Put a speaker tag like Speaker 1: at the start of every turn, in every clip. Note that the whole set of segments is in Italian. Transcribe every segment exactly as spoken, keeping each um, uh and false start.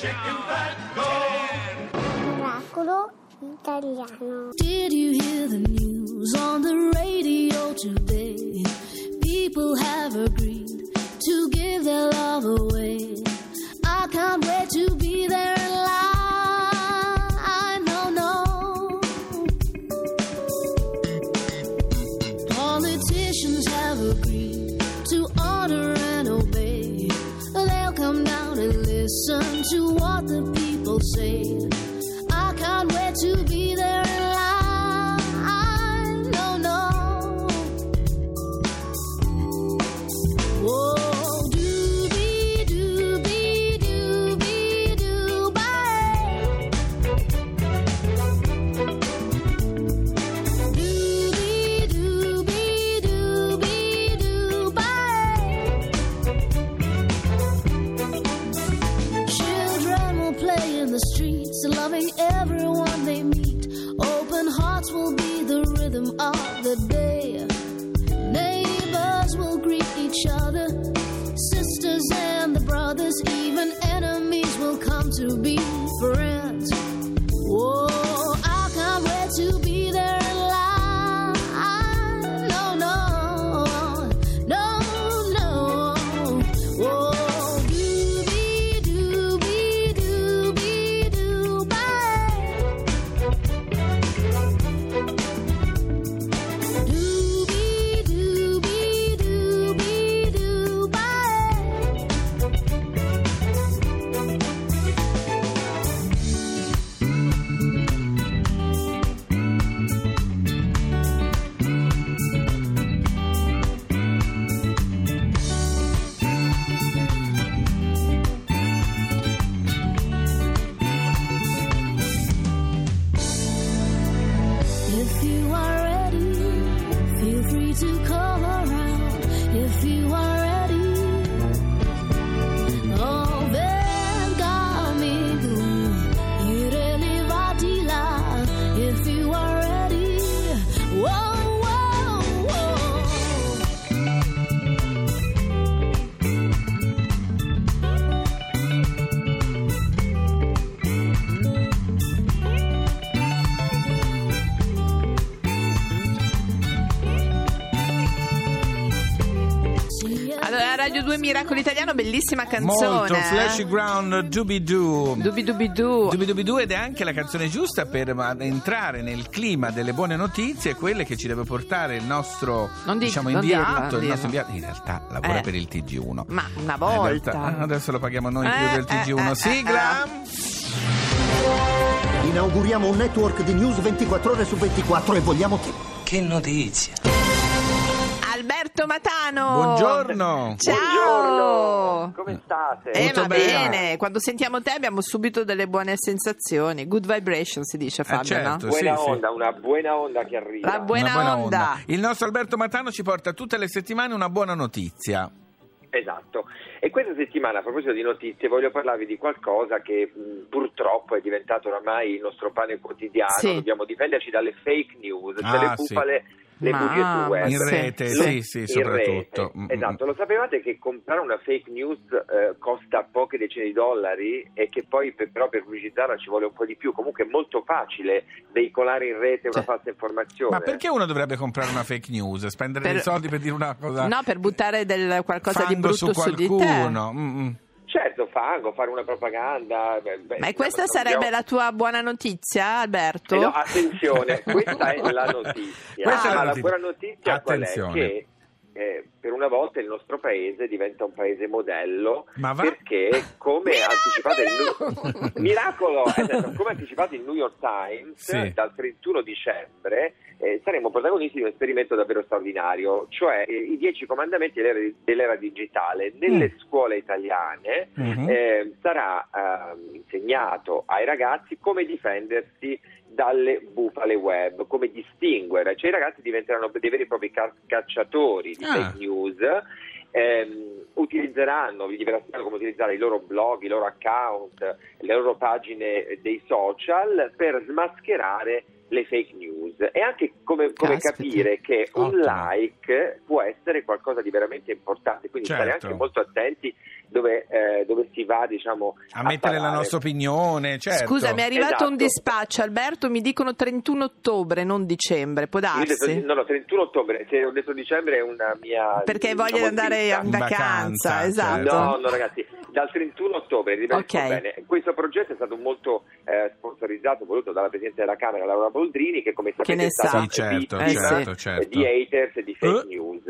Speaker 1: chicken fat, go!
Speaker 2: Miracolo italiano.
Speaker 3: Did you hear the news on the radio today? People have agreed to give their love away. I can't wait to be there in line. No, no. Politicians have agreed to honor and obey. They'll come down and listen to what the people say. I can't wait to be there in line. No, no. Whoa. Loving everyone they meet. Open hearts will be the rhythm of the day. Neighbors will greet each other. Sisters and the brothers, even enemies will come to be friends. Whoa, I can't wait to be there in line. No, no, no, no. Whoa.
Speaker 4: Radio due Miracolo Italiano, bellissima canzone.
Speaker 5: Molto, Flashy Ground, Doobie-Doo.
Speaker 4: Doobie-Doobie-Doo.
Speaker 5: Doobie-Doobie-Doo, ed è anche la canzone giusta per entrare nel clima delle buone notizie, quelle che ci deve portare il nostro
Speaker 4: non dico,
Speaker 5: diciamo
Speaker 4: non
Speaker 5: inviato,
Speaker 4: dirla,
Speaker 5: il
Speaker 4: non
Speaker 5: nostro
Speaker 4: dirla.
Speaker 5: inviato, in realtà lavora
Speaker 4: eh.
Speaker 5: per il T G uno.
Speaker 4: Ma una volta.
Speaker 5: Realtà, adesso lo paghiamo noi
Speaker 4: eh,
Speaker 5: più del T G uno.
Speaker 4: eh,
Speaker 5: Sigla!
Speaker 6: Eh, eh. Inauguriamo un network di news ventiquattro ore su ventiquattro e vogliamo che...
Speaker 7: Che notizia!
Speaker 4: Alberto Matano.
Speaker 5: Buongiorno.
Speaker 4: Ciao.
Speaker 8: Buongiorno. Come state?
Speaker 4: Eh,
Speaker 5: Molto
Speaker 4: ma
Speaker 5: bene.
Speaker 4: bene. Quando sentiamo te abbiamo subito delle buone sensazioni. Good vibration si dice, Fabio,
Speaker 5: Eh, certo,
Speaker 4: no?
Speaker 8: Buena
Speaker 5: sì,
Speaker 8: onda, una buena onda che arriva.
Speaker 4: La buena,
Speaker 5: Una buona
Speaker 4: onda.
Speaker 5: Il nostro Alberto Matano ci porta tutte le settimane una buona notizia.
Speaker 8: Esatto. E questa settimana, a proposito di notizie, voglio parlarvi di qualcosa che mh, purtroppo è diventato oramai il nostro pane quotidiano.
Speaker 4: Sì.
Speaker 8: Dobbiamo difenderci dalle fake news, cioè
Speaker 5: Ah,
Speaker 8: le bufale, le
Speaker 4: Ma-
Speaker 8: bugie sul web.
Speaker 5: In rete,
Speaker 4: Sì,
Speaker 5: sì, sì,
Speaker 8: In
Speaker 5: soprattutto.
Speaker 8: rete.
Speaker 5: Mm, mm.
Speaker 8: Esatto, lo sapevate che comprare una fake news eh, costa poche decine di dollari e che poi per, però per pubblicizzarla ci vuole un po' di più? Comunque è molto facile veicolare in rete una
Speaker 4: Cioè,
Speaker 8: falsa informazione.
Speaker 5: Ma perché uno dovrebbe comprare una fake news? Spendere
Speaker 4: Per-
Speaker 5: dei soldi per dire una cosa?
Speaker 4: No, per buttare del qualcosa di
Speaker 5: fango
Speaker 4: brutto
Speaker 5: su
Speaker 4: su di te.
Speaker 5: qualcuno. Mm, mm.
Speaker 8: Certo, fango, fare una propaganda. Beh, beh,
Speaker 4: Ma e questa
Speaker 8: no,
Speaker 4: sarebbe
Speaker 8: abbiamo-
Speaker 4: la tua buona notizia, Alberto?
Speaker 8: Eh no, attenzione, questa è la notizia.
Speaker 5: Questa è la
Speaker 8: Ma
Speaker 5: notizia.
Speaker 8: buona notizia
Speaker 5: Attenzione.
Speaker 8: qual è? Che eh, per una volta il nostro paese diventa un paese modello.
Speaker 5: Ma va?
Speaker 8: Perché, come anticipato il Miracolo, esatto, come anticipato il New York Times,
Speaker 5: Sì.
Speaker 8: dal trentuno dicembre eh, saremo protagonisti di un esperimento davvero straordinario, cioè eh, i dieci comandamenti dell'era, dell'era digitale. Nelle
Speaker 5: Mm.
Speaker 8: scuole italiane
Speaker 5: Mhm.
Speaker 8: eh, sarà eh, insegnato ai ragazzi come difendersi dalle bufale web, come distinguere, cioè i ragazzi diventeranno dei veri e propri ca- cacciatori di
Speaker 5: Ah.
Speaker 8: fake news. Ehm, utilizzeranno, vi diverrà come utilizzare i loro blog, i loro account, le loro pagine dei social per smascherare le fake news e anche come, come
Speaker 4: Caspita.
Speaker 8: capire che un
Speaker 5: Ottimo.
Speaker 8: like può essere qualcosa di veramente importante, quindi stare
Speaker 5: Certo.
Speaker 8: anche molto attenti dove, eh, dove si va, diciamo,
Speaker 5: a, a mettere
Speaker 8: parare.
Speaker 5: la nostra opinione, certo.
Speaker 4: Scusa, mi è arrivato
Speaker 8: Esatto.
Speaker 4: un dispaccio, Alberto, mi dicono trentuno ottobre, non dicembre, può
Speaker 8: Io ho detto-
Speaker 4: darsi?
Speaker 8: no, no, trentuno ottobre, se ho detto dicembre è una mia...
Speaker 4: Perché hai
Speaker 8: diciamo,
Speaker 4: voglia di andare
Speaker 8: dritta.
Speaker 4: in
Speaker 5: In
Speaker 4: vacanza,
Speaker 5: vacanza,
Speaker 4: esatto.
Speaker 5: certo.
Speaker 8: No, no ragazzi, dal trentuno ottobre, ripeto
Speaker 4: Ok.
Speaker 8: bene, questo progetto è stato molto eh, sponsorizzato, voluto dalla Presidente della Camera, Laura Boldrini, che come sapete
Speaker 4: ne
Speaker 8: è stata
Speaker 4: sa.
Speaker 5: Sì, certo,
Speaker 8: vittima
Speaker 5: certo, certo.
Speaker 8: di haters e di fake
Speaker 5: Eh?
Speaker 8: news.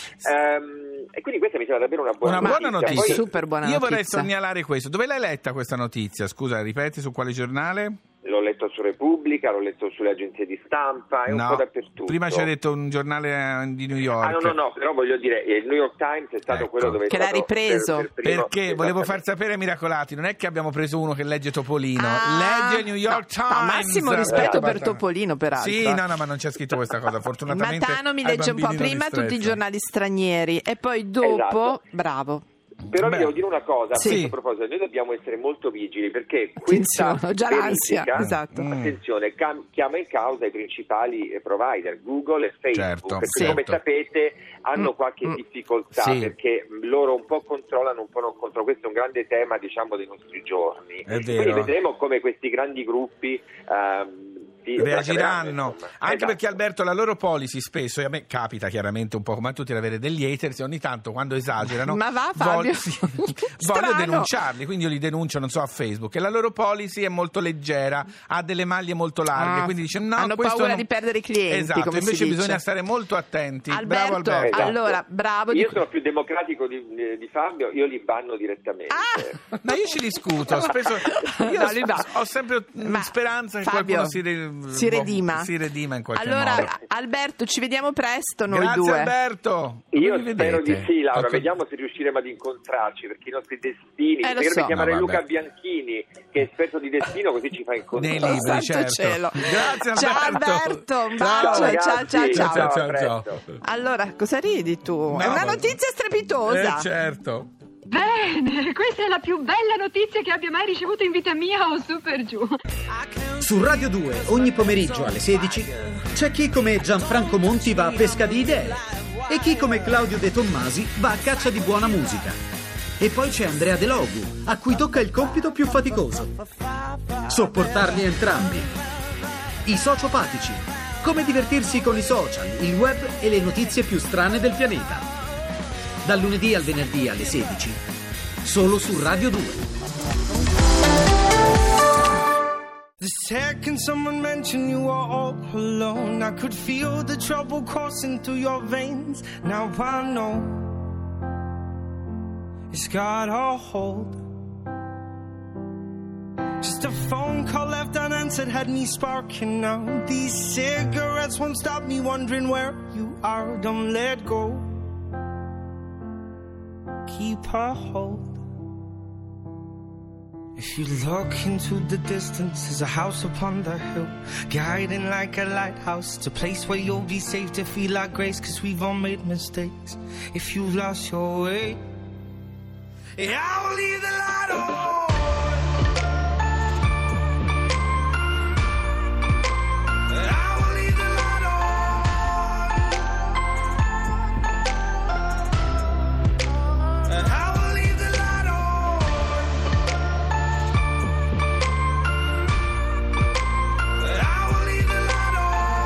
Speaker 8: Ehm, e quindi questa mi sembra davvero una buona
Speaker 5: Una buona
Speaker 8: notizia.
Speaker 5: notizia.
Speaker 8: Poi-
Speaker 4: Super buona
Speaker 5: Io vorrei
Speaker 4: notizia.
Speaker 5: segnalare questo. Dove l'hai letta questa notizia? Scusa, ripeti su quale giornale?
Speaker 8: L'ho letto su Repubblica, l'ho letto sulle agenzie di stampa, è un po' dappertutto.
Speaker 5: Prima ci hai detto un giornale eh, di New York.
Speaker 8: Ah no, no, no, però voglio dire, il New York Times è stato
Speaker 5: Ecco.
Speaker 8: quello dove è
Speaker 4: Che l'ha
Speaker 8: stato
Speaker 4: ripreso.
Speaker 8: per- per primo-
Speaker 5: Perché volevo
Speaker 8: Esattamente.
Speaker 5: far sapere ai Miracolati, non è che abbiamo preso uno che legge Topolino,
Speaker 4: Ah,
Speaker 5: legge il New York
Speaker 4: no,
Speaker 5: Times.
Speaker 4: no, massimo rispetto per
Speaker 5: Basta.
Speaker 4: Topolino, peraltro.
Speaker 5: Sì, no, no, ma non c'è scritto questa cosa, fortunatamente.
Speaker 4: Matano mi
Speaker 5: ai
Speaker 4: legge un po'
Speaker 5: bambini non
Speaker 4: prima tutti i
Speaker 5: ristretti.
Speaker 4: giornali stranieri e poi dopo,
Speaker 8: Esatto.
Speaker 4: bravo.
Speaker 8: Però
Speaker 5: Beh.
Speaker 8: vi devo dire una cosa, a
Speaker 4: Sì.
Speaker 8: questo proposito, noi dobbiamo essere molto vigili perché questa
Speaker 4: Attenzione, ho già l'ansia,
Speaker 8: verifica,
Speaker 4: esatto.
Speaker 5: Mm.
Speaker 8: attenzione, cam- chiama in causa i principali eh, provider, Google e Facebook,
Speaker 5: Certo,
Speaker 8: perché
Speaker 5: sì.
Speaker 8: come sapete hanno
Speaker 4: Mm,
Speaker 8: qualche
Speaker 4: mm.
Speaker 8: difficoltà
Speaker 5: Sì.
Speaker 8: perché loro un po' controllano, un po' non controllano, questo è un grande tema, diciamo, dei nostri giorni.
Speaker 5: È
Speaker 8: Quindi
Speaker 5: vero.
Speaker 8: vedremo come questi grandi gruppi ehm, si
Speaker 5: Reagiranno,
Speaker 8: insomma.
Speaker 5: anche
Speaker 8: Esatto.
Speaker 5: perché Alberto la loro policy spesso, e a me capita chiaramente un po' come a tutti ad avere degli haters e ogni tanto quando esagerano
Speaker 4: Ma va, Fabio.
Speaker 5: voglio, sì,
Speaker 4: Strano.
Speaker 5: voglio denunciarli, quindi io li denuncio, non so, a Facebook, e la loro policy è molto leggera, ha delle maglie molto larghe,
Speaker 4: Ah,
Speaker 5: quindi dice no,
Speaker 4: hanno
Speaker 5: questo
Speaker 4: paura
Speaker 5: non-
Speaker 4: di perdere i clienti,
Speaker 5: esatto,
Speaker 4: come si
Speaker 5: invece
Speaker 4: dice.
Speaker 5: bisogna stare molto attenti.
Speaker 4: Alberto,
Speaker 5: Bravo Alberto.
Speaker 8: Esatto.
Speaker 4: allora, bravo di-
Speaker 8: Io sono più democratico di, di Fabio, io li banno direttamente.
Speaker 4: Ah!
Speaker 5: Ma io ci discuto, spesso io
Speaker 4: No, lui va.
Speaker 5: ho sempre mm,
Speaker 4: Ma,
Speaker 5: speranza che
Speaker 4: Fabio,
Speaker 5: qualcuno si, re-
Speaker 4: si redima.
Speaker 5: si redima in qualche
Speaker 4: Allora,
Speaker 5: modo.
Speaker 4: Alberto, ci vediamo presto noi
Speaker 5: Grazie
Speaker 4: due.
Speaker 5: Alberto.
Speaker 8: Io
Speaker 5: Come vi
Speaker 8: spero
Speaker 5: vedete?
Speaker 8: di sì, Laura,
Speaker 5: Ecco.
Speaker 8: vediamo se riusciremo ad incontrarci, perché i nostri destini,
Speaker 4: Eh, lo
Speaker 8: perché
Speaker 4: so.
Speaker 8: mi chiamerei
Speaker 5: No, vabbè.
Speaker 8: Luca Bianchini, che è esperto di destino, così ci fa
Speaker 5: Nei
Speaker 8: incontrare.
Speaker 5: libri,
Speaker 4: Santo
Speaker 5: certo.
Speaker 4: cielo.
Speaker 5: Grazie
Speaker 4: Ciao
Speaker 5: Alberto.
Speaker 4: Alberto, un
Speaker 5: Ciao,
Speaker 4: bacio,
Speaker 8: ragazzi.
Speaker 4: ciao ciao ciao.
Speaker 5: Ciao, ciao,
Speaker 8: a presto.
Speaker 5: ciao.
Speaker 4: Allora, cosa ridi tu? È
Speaker 5: No,
Speaker 4: una
Speaker 5: ma-
Speaker 4: notizia strepitosa.
Speaker 5: Eh, certo.
Speaker 1: Bene, questa è la più bella notizia che abbia mai ricevuto in vita mia o su per giù.
Speaker 7: Su Radio due, ogni pomeriggio alle sedici, c'è chi come Gianfranco Monti va a pesca di idee e chi come Claudio De Tommasi va a caccia di buona musica. E poi c'è Andrea De Logu, a cui tocca il compito più faticoso: sopportarli entrambi. I sociopatici, come divertirsi con i social, il web e le notizie più strane del pianeta. Dal lunedì al venerdì alle sedici, solo su Radio due.
Speaker 9: The second someone mentioned you were all alone, I could feel the trouble coursing through your veins. Now I know it's got a hold. Just a phone call left unanswered had me sparking now. These cigarettes won't stop me wondering where you are. Don't let go, keep a hold. If you look into the distance, there's a house upon the hill, guiding like a lighthouse. It's a place where you'll be safe to feel like grace, cause we've all made mistakes. If you've lost your way, yeah, I will leave the light on. I will leave the light on. I will leave the light on. I will leave the light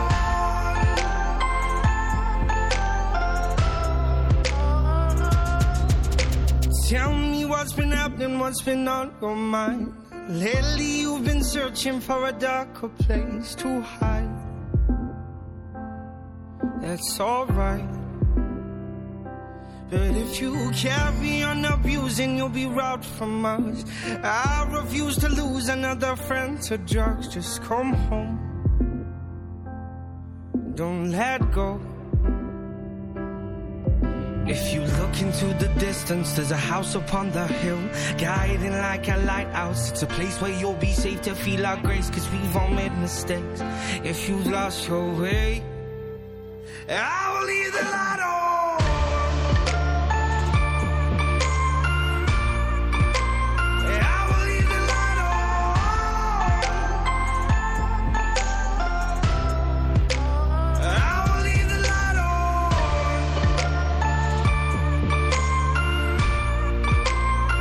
Speaker 9: on. Tell me what's been happening, what's been on your mind. Lately you've been searching for a darker place to hide. That's alright, but if you carry on abusing, you'll be robbed from us. I refuse to lose another friend to drugs. Just come home, don't let go. If you look into the distance, there's a house upon the hill, guiding like a lighthouse. It's a place where you'll be safe to feel our grace, cause we've all made mistakes. If you've lost your way, I will leave the light on. I will leave the light on. I will leave the light on.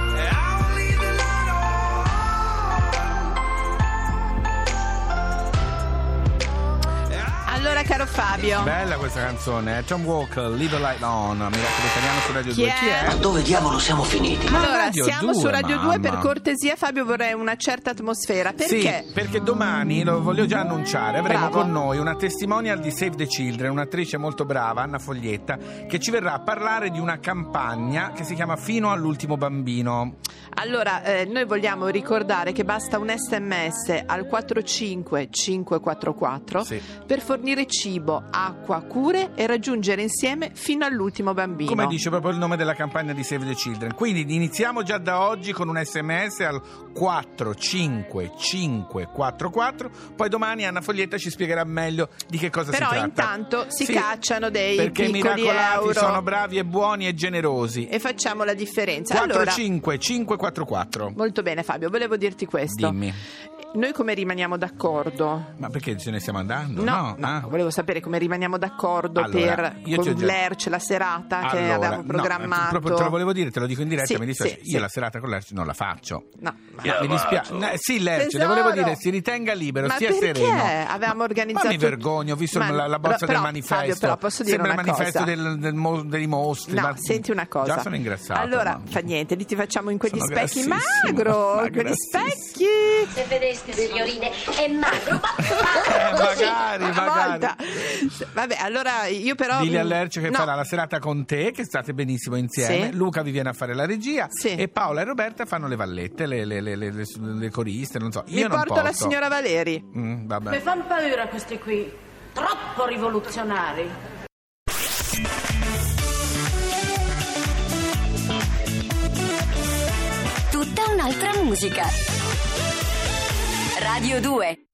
Speaker 4: Fabio.
Speaker 5: Bella questa canzone, eh? Tom Walker, Live a Light On, Miracolo Italiano su Radio
Speaker 4: Chi
Speaker 5: due.
Speaker 4: è?
Speaker 5: Chi è?
Speaker 6: Ma dove diavolo siamo finiti?
Speaker 4: Allora,
Speaker 5: Radio
Speaker 4: siamo
Speaker 5: due,
Speaker 4: su Radio
Speaker 5: mamma.
Speaker 4: due, per cortesia Fabio vorrei una certa atmosfera. Perché?
Speaker 5: Sì, perché domani, lo voglio già annunciare, avremo
Speaker 4: Bravo.
Speaker 5: con noi una testimonial di Save the Children, un'attrice molto brava, Anna Foglietta, che ci verrà a parlare di una campagna che si chiama Fino all'ultimo bambino.
Speaker 4: Allora, eh, noi vogliamo ricordare che basta un sms al quattro cinque cinque quattro quattro
Speaker 5: Sì.
Speaker 4: per fornire cibo, acqua, cure e raggiungere insieme fino all'ultimo bambino.
Speaker 5: Come dice proprio il nome della campagna di Save the Children. Quindi iniziamo già da oggi con un sms al quattro cinque cinque quattro quattro, poi domani Anna Foglietta ci spiegherà meglio di che cosa
Speaker 4: Però
Speaker 5: si tratta.
Speaker 4: intanto si
Speaker 5: Sì,
Speaker 4: cacciano dei
Speaker 5: perché i
Speaker 4: piccoli
Speaker 5: miracolati
Speaker 4: euro
Speaker 5: sono bravi e buoni e generosi.
Speaker 4: e facciamo la differenza.
Speaker 5: quattro
Speaker 4: Allora,
Speaker 5: cinque cinque quattro quattro.
Speaker 4: molto bene Fabio, volevo dirti questo.
Speaker 5: Dimmi.
Speaker 4: Noi come rimaniamo d'accordo?
Speaker 5: Ma perché ce ne stiamo andando?
Speaker 4: No, no,
Speaker 5: Ah.
Speaker 4: volevo sapere come rimaniamo d'accordo
Speaker 5: Allora,
Speaker 4: per
Speaker 5: io ti ho
Speaker 4: con
Speaker 5: già-
Speaker 4: l'Erc la serata che
Speaker 5: Allora,
Speaker 4: avevamo
Speaker 5: no,
Speaker 4: programmato.
Speaker 5: proprio te lo volevo dire, te lo dico in diretta,
Speaker 4: Sì,
Speaker 5: mi dispiace.
Speaker 4: sì,
Speaker 5: Io
Speaker 4: sì.
Speaker 5: la serata con l'Erc non la faccio.
Speaker 4: No,
Speaker 5: Eh, mi dispiace. Eh, sì, Lerch, le
Speaker 4: Tesoro.
Speaker 5: volevo dire, si ritenga libero,
Speaker 4: Ma
Speaker 5: stia
Speaker 4: perché?
Speaker 5: sereno.
Speaker 4: Avevamo organizzato-
Speaker 5: Ma mi vergogno, ho visto
Speaker 4: Ma-
Speaker 5: la, la bozza
Speaker 4: però,
Speaker 5: del manifesto.
Speaker 4: Fabio, però posso dire
Speaker 5: Sembra
Speaker 4: una
Speaker 5: il manifesto
Speaker 4: cosa?
Speaker 5: del, del mo- dei mostri.
Speaker 4: No,
Speaker 5: ma-
Speaker 4: senti una cosa.
Speaker 5: Già sono ingrassato.
Speaker 4: Allora,
Speaker 5: ma-
Speaker 4: fa niente, li ti facciamo in quegli
Speaker 5: Sono
Speaker 4: specchi
Speaker 5: grassissimo,
Speaker 4: magro,
Speaker 5: ma
Speaker 4: quegli
Speaker 5: grassissimo.
Speaker 4: specchi.
Speaker 10: Se vedeste, signorine, è magro, ma
Speaker 5: Eh, magari,
Speaker 4: Una
Speaker 5: magari.
Speaker 4: volta. Vabbè, allora io però
Speaker 5: Dili all'Erc che
Speaker 4: no.
Speaker 5: farà la serata con te, che state benissimo insieme.
Speaker 4: Sì.
Speaker 5: Luca vi viene a fare la regia.
Speaker 4: Sì.
Speaker 5: E Paola e Roberta fanno le vallette, le, le, le, le, le- le coriste, non so.
Speaker 4: Vi
Speaker 5: Io non
Speaker 4: porto
Speaker 5: posso.
Speaker 4: la signora Valeri.
Speaker 5: Mm, vabbè.
Speaker 10: mi fanno paura questi qui, troppo rivoluzionari.
Speaker 11: Tutta un'altra musica. Radio due.